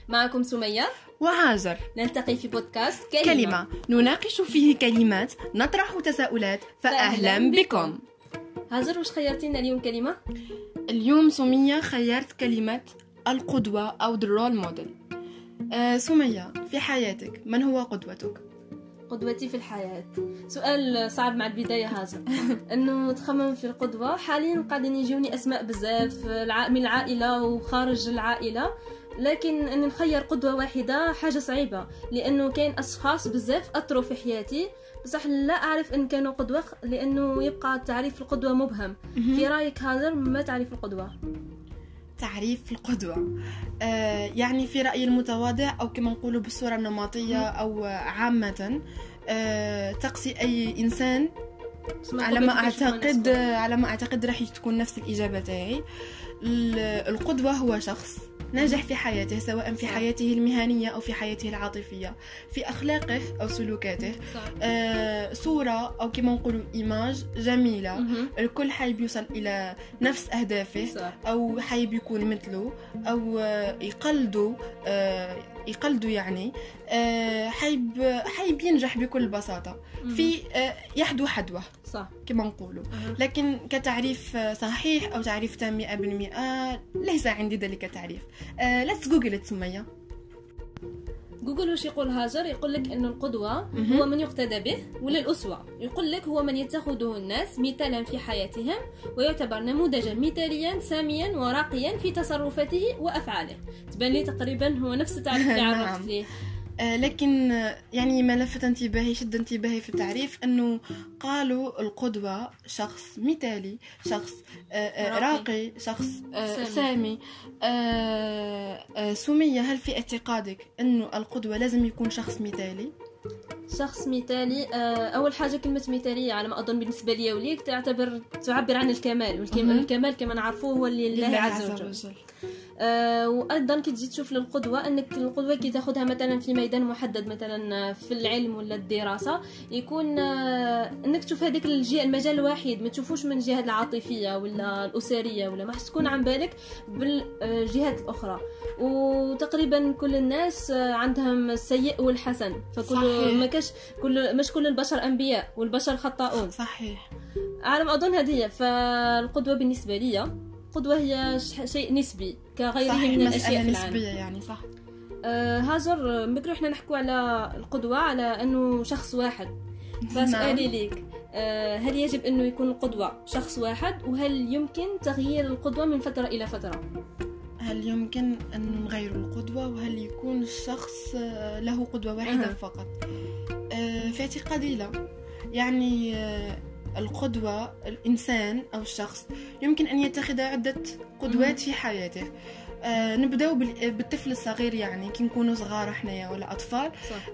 معكم سمية وهاجر. نلتقي في بودكاست كلمة نناقش فيه كلمات، نطرح تساؤلات، فأهلا بكم. هاجر، وش خيرتينا اليوم كلمة؟ اليوم سمية خيرت كلمة القدوة أو the role model. سمية، في حياتك من هو قدوتك؟ قدوتي في الحياة سؤال صعب مع البداية هذا. انه تخمم في القدوة. حاليا قاعدين يجوني اسماء بزاف من العائلة وخارج العائلة، لكن ان نخير قدوة واحدة حاجة صعيبة، لانه كاين اشخاص بزاف اثروا في حياتي بصح لا اعرف ان كانوا قدوة، لانه يبقى تعريف القدوة مبهم. في رايك هاجر، ما تعريف القدوة؟ تعريف القدوة يعني في رأيي المتواضع، أو كما نقولوا بالصورة النمطية أو عامة تقصي أي إنسان. على ما أعتقد راح تكون نفس الإجابة تاعي. القدوة هو شخص ناجح في حياته، سواء في حياته المهنية أو في حياته العاطفية، في أخلاقه أو سلوكاته. صورة أو كما نقولوا إيماج جميلة. الكل حيب يوصل إلى نفس أهدافه، أو حيب يكون مثله، أو يقلدوا يعني. حيب ينجح بكل بساطة في يحدو حدوه، صح كما نقولوا. لكن كتعريف صحيح أو تعريف تام 100% ليس عندي ذلك تعريف. let's google it سمية. جوجل وش يقول هاجر؟ يقول لك انه القدوة هو من يقتدى به، ولا الأسوة يقول لك هو من يتخذه الناس مثالا في حياتهم، ويعتبر نموذجا مثاليا ساميا وراقيا في تصرفاته وأفعاله. تبان لي تقريبا هو نفس التعريف اللي عرفت ليه. لكن يعني ما لفت انتباهي شد انتباهي في التعريف انه قالوا القدوة شخص مثالي، شخص راقي، شخص سامي. سمية، هل في اعتقادك انه القدوة لازم يكون شخص مثالي؟ شخص مثالي، اول حاجه كلمه مثاليه على ما اظن بالنسبه لي وليك تعبر عن الكمال، والكمال كما نعرفوه هو لله عز وجل. وايضا كي تجي تشوف للقدوه، انك القدوه كي تاخذها مثلا في ميدان محدد، مثلا في العلم ولا الدراسه، يكون انك تشوف هذيك المجال واحد، ما تشوفوش من الجهه العاطفيه ولا الاسريه، ولا ما تكون عن بالك بالجهات الاخرى. وتقريبا كل الناس عندهم السيء والحسن، مش كل البشر انبياء والبشر خطاؤون. صحيح. على ما اظن هذه. فالقدوه بالنسبه لي، القدوة هي شيء نسبي كغيره من الأشياء في العالم. نسبية يعني، صح. هاجر، بكرة احنا نحكوا على القدوة على أنه شخص واحد. فسؤالي ليك، هل يجب أنه يكون القدوة شخص واحد، وهل يمكن تغيير القدوة من فترة إلى فترة؟ هل يمكن أن نغير القدوة، وهل يكون الشخص له قدوة واحدة فقط؟ في اعتقادي لا. يعني القدوة، الإنسان أو الشخص يمكن أن يتخذ عدة قدوات في حياته. نبدأ بالطفل الصغير، يعني كي نكونوا صغار حنايا ولا أطفال،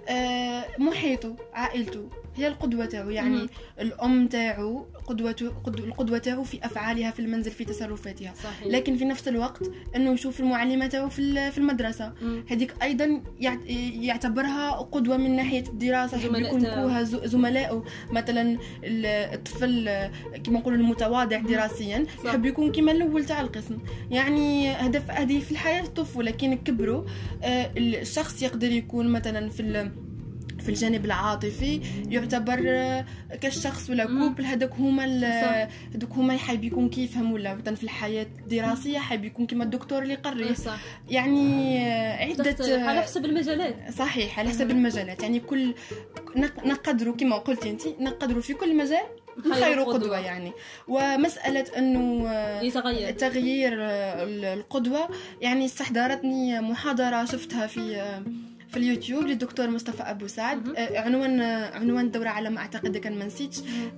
محيطه، عائلته هي القدوة تاعو. يعني الأم تاعو القدوة تاعو في أفعالها في المنزل، في تصرفاتها. صحيح. لكن في نفس الوقت أنه يشوف المعلمة تاعو في المدرسة، هذيك أيضا يعتبرها قدوة من ناحية الدراسة. يكونوا زملائه، مثلا الطفل كما نقولوا المتواضع دراسيا يحب يكون كما الأول تاع القسم. يعني هذه في الحياة الطفولة. لكن كبروا الشخص يقدر يكون مثلا في الجانب العاطفي يعتبر كالشخص ولا كوبل. هذوك هما حيب يكون كيفهم، ولا مثلا في الحياة الدراسية حيب يكون كما الدكتور اللي يقري. يعني عدة على حسب المجالات. صحيح، على حسب المجالات. يعني كل نقدروا كما قلت انت، نقدروا في كل مجال نخير قدوة يعني. ومسألة أنه تغيير القدوة، يعني استحضرتني محاضرة شفتها في اليوتيوب للدكتور مصطفى أبو سعد. عنوان الدورة على ما أعتقد كان ما نسيتش،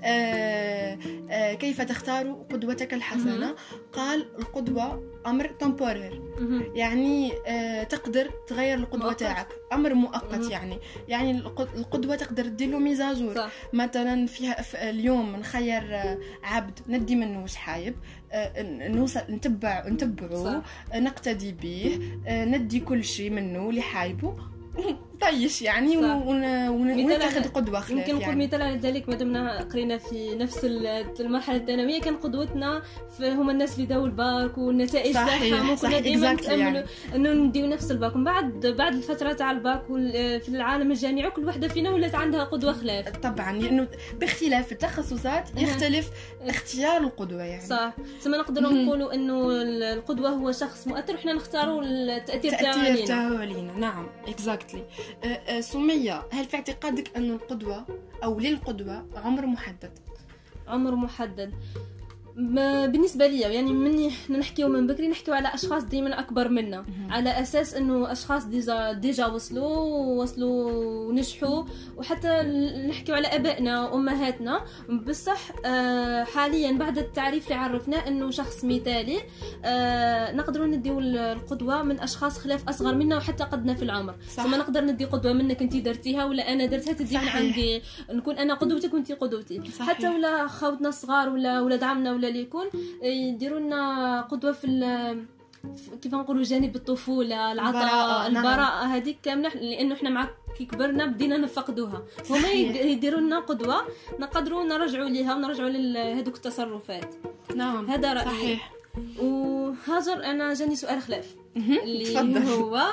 كيف تختار قدوتك الحسنة. قال القدوة أمر تمبورير، يعني تقدر تغير القدوة تاعك، أمر مؤقت. يعني القدوة تقدر تديله ميزاجور. مثلا فيها اليوم نخير عبد ندي منه وش حايب، نوصل نتبعه، نقتدي به، ندي كل شيء منه اللي حايبه. طيش يعني ونتخذ قدوة خلاف. يمكن نقول مثال على ذلك ما دمنا قرينا في نفس المرحلة الثانوية، كان قدوتنا هما الناس اللي داو الباك والنتائج تاعهم، كنا دائما نتأملوا انه نديو نفس الباك. ومن بعد الفترة تاع الباك في العالم الجامعي كل وحدة فينا ولات عندها قدوة خلاف. طبعا لانه باختلاف التخصصات يختلف اختيار القدوة يعني. صح. ثم نقدروا نقولوا انه القدوة هو شخص مؤثر وحنا نختاروا التأثير تاعو علينا. نعم اكزاكتلي. سمية، هل في اعتقادك أن القدوة أو للقدوة عمر محدد؟ عمر محدد بالنسبة لي يعني مني نحكيو من بكري نحكيو على أشخاص ديما أكبر منا على أساس أنه أشخاص ديجا وصلوا ونجحوا، وحتى نحكيو على أبائنا وأمهاتنا. بصح حاليا بعد التعريف اللي عرفناه أنه شخص مثالي نقدروا نديو القدوة من أشخاص خلاف أصغر منا وحتى قدنا في العمر. ثم نقدر ندي قدوة منك أنت درتيها ولا أنا درتها، تدي من عندي نكون أنا قدوتك وأنت قدوتي. صحيح. حتى ولا خوتنا الصغار ولا ولاد عمنا ولا اللي يكون يديروا لنا قدوه في كيف نقولوا جانب الطفوله، العطاء، البراءه هذيك كامله، لانه احنا مع كي كبرنا بدينا نفقدوها. هما يديروا لنا قدوه نقدروا نرجعوا ليها ونرجعوا لهذوك التصرفات. نعم هذا رايي. صحيح. وهاجر انا جاني سؤال خلاف اللي هو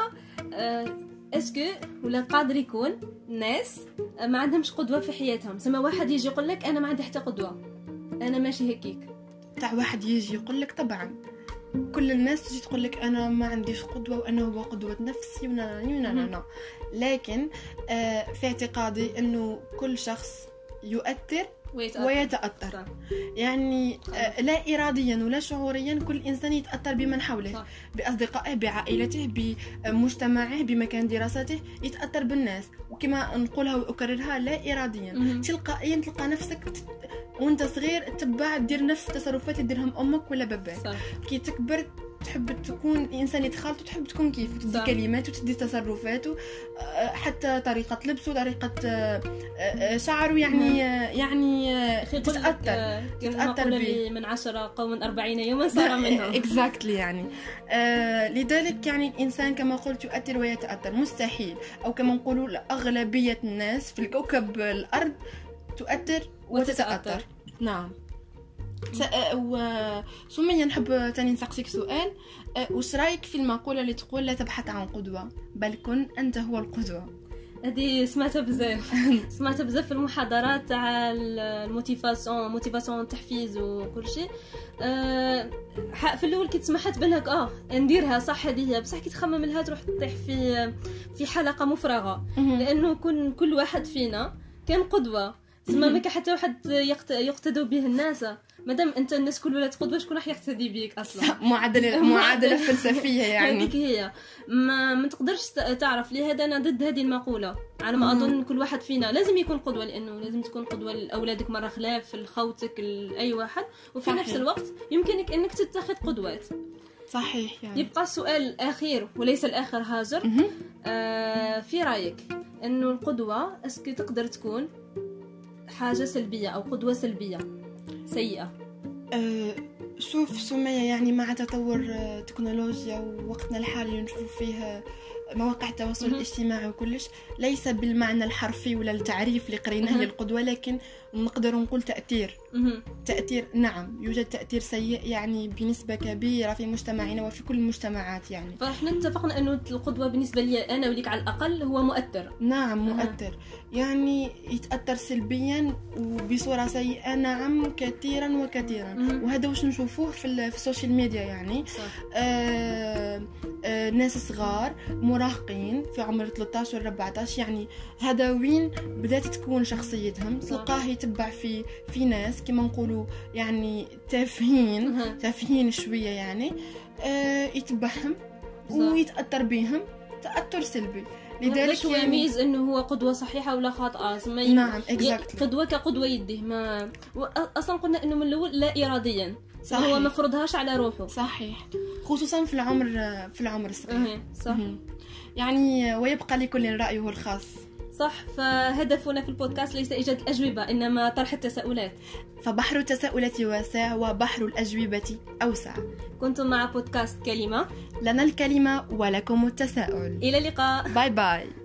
اسكو ولا قادر يكون ناس ما عندهمش قدوه في حياتهم؟ سما واحد يجي يقول لك انا ما عندي حتى قدوه، انا ماشي هكيك. تاع واحد يجي يقول لك طبعا كل الناس تجي تقول لك انا ما عنديش قدوه وانا هو قدوه نفسي ونا لكن في اعتقادي انه كل شخص يؤثر ويتأثر. يعني لا إراديا ولا شعوريا كل إنسان يتأثر بمن حوله، بأصدقائه، بعائلته، بمجتمعه، بمكان دراسته، يتأثر بالناس. وكما نقولها وأكررها لا إراديا تلقائيا تلقى نفسك وانت صغير تبع دير نفس التصرفات اللي ديرهم أمك ولا باباك. كي تكبر تحب تكون إنسان يتخالط وتحب تكون كيف، تدي كلمات وتدي تصرفات، حتى طريقة لبسه، طريقة شعره، يعني تتأثر به. من 10 قوم 40 يوما صار منهم. exactly يعني لذلك يعني الإنسان كما قلت يؤثر ويتأثر. مستحيل أو كما نقولوا أغلبية الناس في الكوكب الأرض تؤثر وتتأثر. نعم. وسمية نحب تاني نسقسيك سؤال، وش رايك في المقولة اللي تقول لا تبحث عن قدوة بل كن أنت هو القدوة؟ هذه سمعتها بزاف في المحاضرات تاع الموتيفاسيون التحفيز وكل شيء. في الاول كي تسمعها تبان لك نديرها صح هذه هي، بصح كي تخمم لها تروح تطيح في حلقة مفرغة، لأنه كل واحد فينا كان قدوة. ما كان حتى واحد يقتدوا به الناس. مادام انت الناس كل ولات قدوه شكون راح يقتدي بيك اصلا؟ معادله فلسفيه يعني. هذيك هي ما تقدرش تعرف. لهذا انا ضد هذه المقوله. على ما اظن كل واحد فينا لازم يكون قدوه، لانه لازم تكون قدوه لاولادك مره خلاف لخوتك لاي واحد، وفي نفس الوقت يمكنك انك تتخذ قدوات. صحيح. يعني يبقى السؤال الاخير وليس الاخر هاجر، في رايك انه القدوه اسكو تقدر تكون حاجه سلبيه او قدوه سلبيه سيئة؟ شوف سمية، يعني مع تطور التكنولوجيا ووقتنا الحالي نشوف فيه مواقع التواصل الاجتماعي وكلش، ليس بالمعنى الحرفي ولا التعريف اللي قريناه للقدوة، لكن نقدر نقول تأثير. نعم يوجد تأثير سيء يعني بنسبة كبيرة في مجتمعنا وفي كل المجتمعات يعني. فاحنا اتفقنا انه القدوة بالنسبة لي انا وليك على الاقل هو مؤثر. نعم مؤثر. يعني يتأثر سلبيا وبصورة سيئة. نعم كثيرا وكثيرا. وهذا وش نشوفوه في السوشيال ميديا يعني. ناس صغار مراهقين في عمر 13 و 14 يعني هذا وين بدأت تكون شخصيتهم. تلقاه يتبع في ناس كما نقولوا يعني تافهين شوية يعني، يتبعهم ويتأثر بهم تأثر سلبي. لذلك هو يميز انه هو قدوه صحيحه ولا خاطئه. نعم قدوه كقدوه يديه ما اصلا قلنا انه من الاول لا اراديا. صحيح. هو ما فرضهاش على روحه. صحيح. خصوصا في العمر الصغير. صح. يعني ويبقى لكل رأيه الخاص. صح. فهدفنا في البودكاست ليس إيجاد الأجوبة إنما طرح التساؤلات. فبحر التساؤلات واسع وبحر الأجوبة أوسع. كنتم مع بودكاست كلمة، لنا الكلمة ولكم التساؤل. إلى اللقاء. باي باي.